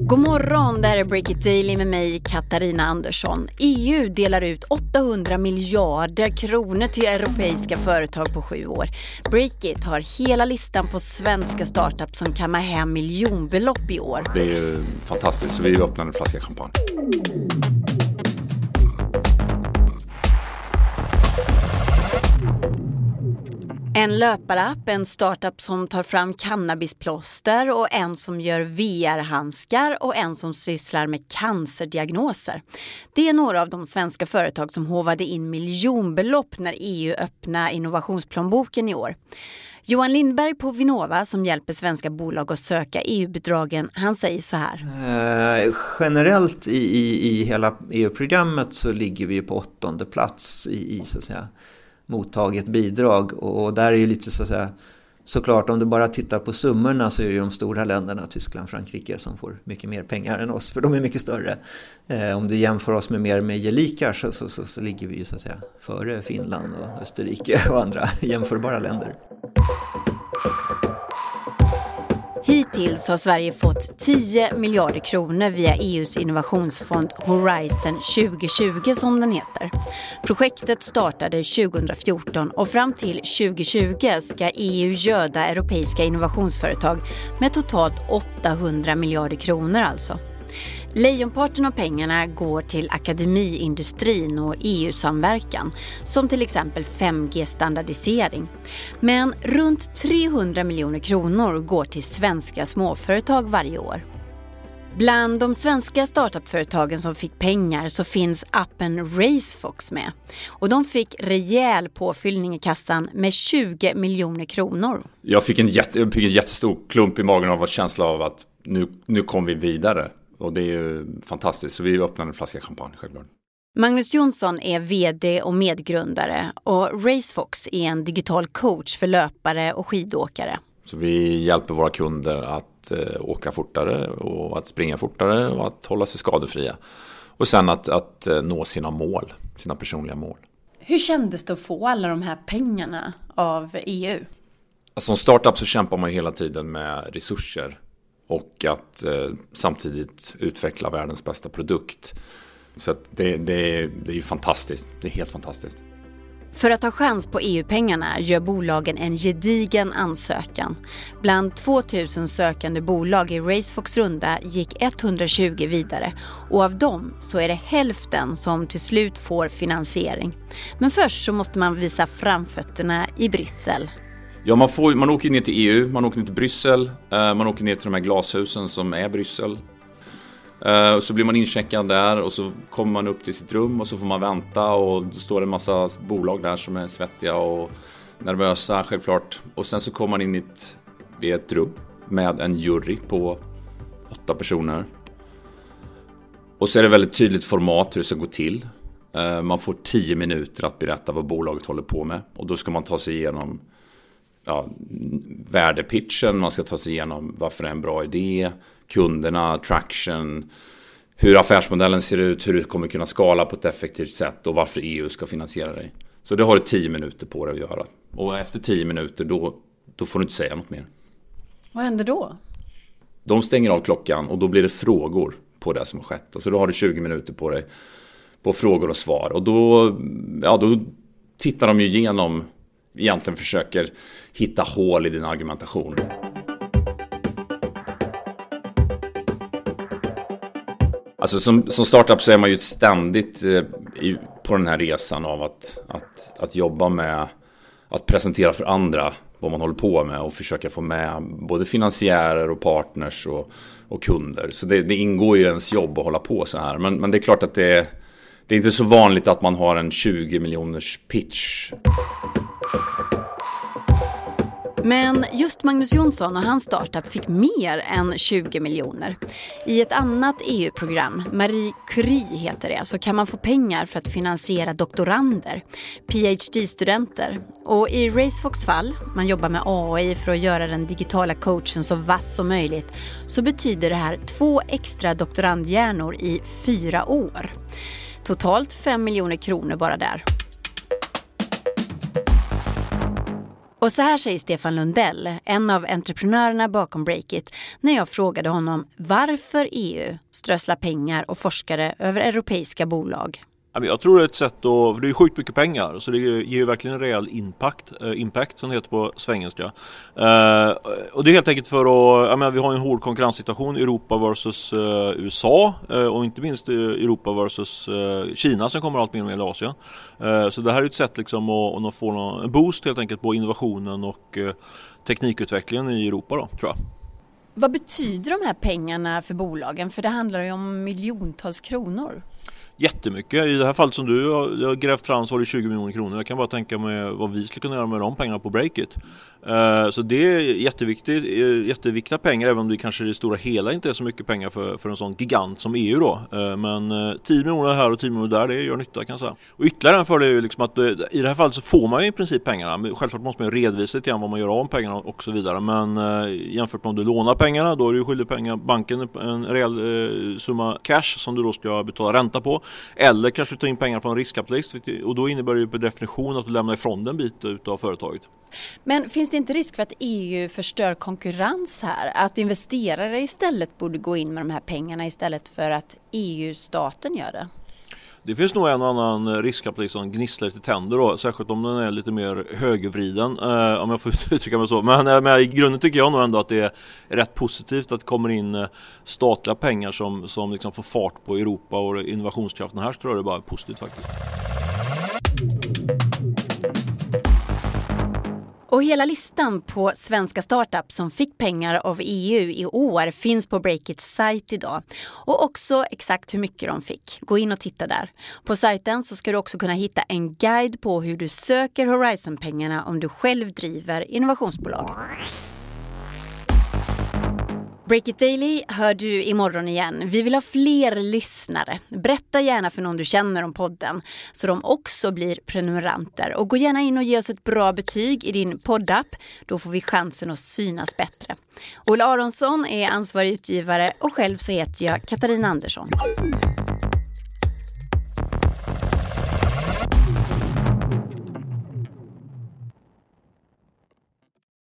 God morgon, det här är Break It Daily med mig, Katarina Andersson. EU delar ut 800 miljarder kronor till europeiska företag på 7 år. Break It har hela listan på svenska startups som kammar hem miljonbelopp i år. Det är fantastiskt, så vi öppnar en flaska champagne. En löparapp, en startup som tar fram cannabisplåster och en som gör VR-handskar och en som sysslar med cancerdiagnoser. Det är några av de svenska företag som håvade in miljonbelopp när EU öppnade innovationsplånboken i år. Johan Lindberg på Vinnova som hjälper svenska bolag att söka EU-bidragen, han säger så här. Generellt i hela EU-programmet så ligger vi på 8:e plats i så att säga mottaget bidrag, och där är ju lite så att säga, såklart om du bara tittar på summorna så är det ju de stora länderna, Tyskland, Frankrike, som får mycket mer pengar än oss, för de är mycket större. Om du jämför oss med mer med gelikar så ligger vi ju så att säga före Finland och Österrike och andra jämförbara länder. Hittills har Sverige fått 10 miljarder kronor via EUs innovationsfond Horizon 2020 som den heter. Projektet startade 2014 och fram till 2020 ska EU göda europeiska innovationsföretag med totalt 800 miljarder kronor alltså. Lejonparten av pengarna går till akademiindustrin och EU-samverkan, som till exempel 5G-standardisering. Men runt 300 miljoner kronor går till svenska småföretag varje år. Bland de svenska startup-företagen som fick pengar så finns appen RaceFox med. Och de fick rejäl påfyllning i kassan med 20 miljoner kronor. Jag fick en jättestor klump i magen av en känsla av att nu kom vi vidare. Och det är ju fantastiskt, så vi öppnar en flaska champagne självklart. Magnus Jonsson är vd och medgrundare och RaceFox är en digital coach för löpare och skidåkare. Så vi hjälper våra kunder att åka fortare och att springa fortare och att hålla sig skadefria. Och sen att nå sina mål, sina personliga mål. Hur kändes det att få alla de här pengarna av EU? Som startup så kämpar man hela tiden med resurser. Och att samtidigt utveckla världens bästa produkt. Så att det är ju fantastiskt. Det är helt fantastiskt. För att ha chans på EU-pengarna gör bolagen en gedigen ansökan. Bland 2000 sökande bolag i RaceFox runda gick 120 vidare. Och av dem så är det hälften som till slut får finansiering. Men först så måste man visa framfötterna i Bryssel. Ja, man åker ner till EU, man åker ner till Bryssel, man åker ner till de här glashusen som är Bryssel. Så blir man incheckad där och så kommer man upp till sitt rum och så får man vänta och då står det en massa bolag där som är svettiga och nervösa självklart. Och sen så kommer man in i ett rum med en jury på 8 personer. Och så är det väldigt tydligt format hur det ska gå till. Man får 10 minuter att berätta vad bolaget håller på med och då ska man ta sig igenom värdepitchen, man ska ta sig igenom varför det är en bra idé, kunderna, traction, hur affärsmodellen ser ut, hur du kommer kunna skala på ett effektivt sätt och varför EU ska finansiera dig. Så det har du 10 minuter på dig att göra. Och efter 10 minuter då får du inte säga något mer. Vad händer då? De stänger av klockan och då blir det frågor på det som har skett. Och så då har du 20 minuter på dig på frågor och svar. Och då tittar de ju igenom, egentligen försöker hitta hål i din argumentation. Alltså som startup så är man ju ständigt på den här resan av att jobba med att presentera för andra vad man håller på med och försöka få med både finansiärer och partners och kunder. Så det ingår ju ens jobb att hålla på så här. Men det är klart att det är inte så vanligt att man har en 20 miljoners pitch. Men just Magnus Jonsson och hans startup fick mer än 20 miljoner. I ett annat EU-program, Marie Curie heter det, så kan man få pengar för att finansiera doktorander, PhD-studenter. Och i RaceFox fall, man jobbar med AI för att göra den digitala coachen så vass som möjligt, så betyder det här 2 extra doktorandhjärnor i 4 år. Totalt 5 miljoner kronor bara där. Och så här säger Stefan Lundell, en av entreprenörerna bakom Breakit, när jag frågade honom varför EU strösslar pengar och forskare över europeiska bolag. Jag tror det är ett sätt för det är sjukt mycket pengar så det ger ju verkligen en rejäl impact som det heter på svengelska. Och det är helt enkelt för att vi har en hård konkurrenssituation Europa versus USA och inte minst Europa versus Kina som kommer allt mer och mer i Asien. Så det här är ett sätt liksom att få en boost helt enkelt på innovationen och teknikutvecklingen i Europa då, tror jag. Vad betyder de här pengarna för bolagen? För det handlar ju om miljontals kronor. Jättemycket. I det här fallet som du har grävt fram så har det 20 miljoner kronor. Jag kan bara tänka mig vad vi skulle kunna göra med de pengarna på Breakit. Så det är jätteviktiga pengar, även om det kanske i det stora hela inte är så mycket pengar för en sån gigant som EU då. Men 10 miljoner här och 10 miljoner där, det gör nytta kan jag säga. Och ytterligare en fördel är ju liksom att i det här fallet så får man ju i princip pengarna. Självklart måste man ju redovisa lite grann vad man gör av pengarna och så vidare. Men jämfört med om du lånar pengarna, då är du skyldig banken en rejäl summa cash som du då ska betala ränta på. Eller kanske ta in pengar från en riskkapitalist, och då innebär det ju på definition att du lämnar ifrån den bit utav företaget. Men finns det inte risk för att EU förstör konkurrens här? Att investerare istället borde gå in med de här pengarna istället för att EU-staten gör det? Det finns nog en annan riskkapitalist som gnisslar lite tänder då, särskilt om den är lite mer högervriden, om jag får uttrycka mig så. Men i grunden tycker jag nog ändå att det är rätt positivt att det kommer in statliga pengar som liksom får fart på Europa och innovationskraften här, så tror jag det bara är positivt faktiskt. Och hela listan på svenska startups som fick pengar av EU i år finns på Breakits sajt idag. Och också exakt hur mycket de fick. Gå in och titta där. På sajten så ska du också kunna hitta en guide på hur du söker Horizon-pengarna om du själv driver innovationsbolag. Breakit Daily hör du imorgon igen. Vi vill ha fler lyssnare. Berätta gärna för någon du känner om podden så de också blir prenumeranter. Och gå gärna in och ge oss ett bra betyg i din poddapp. Då får vi chansen att synas bättre. Ola Aronsson är ansvarig utgivare och själv så heter jag Katarina Andersson.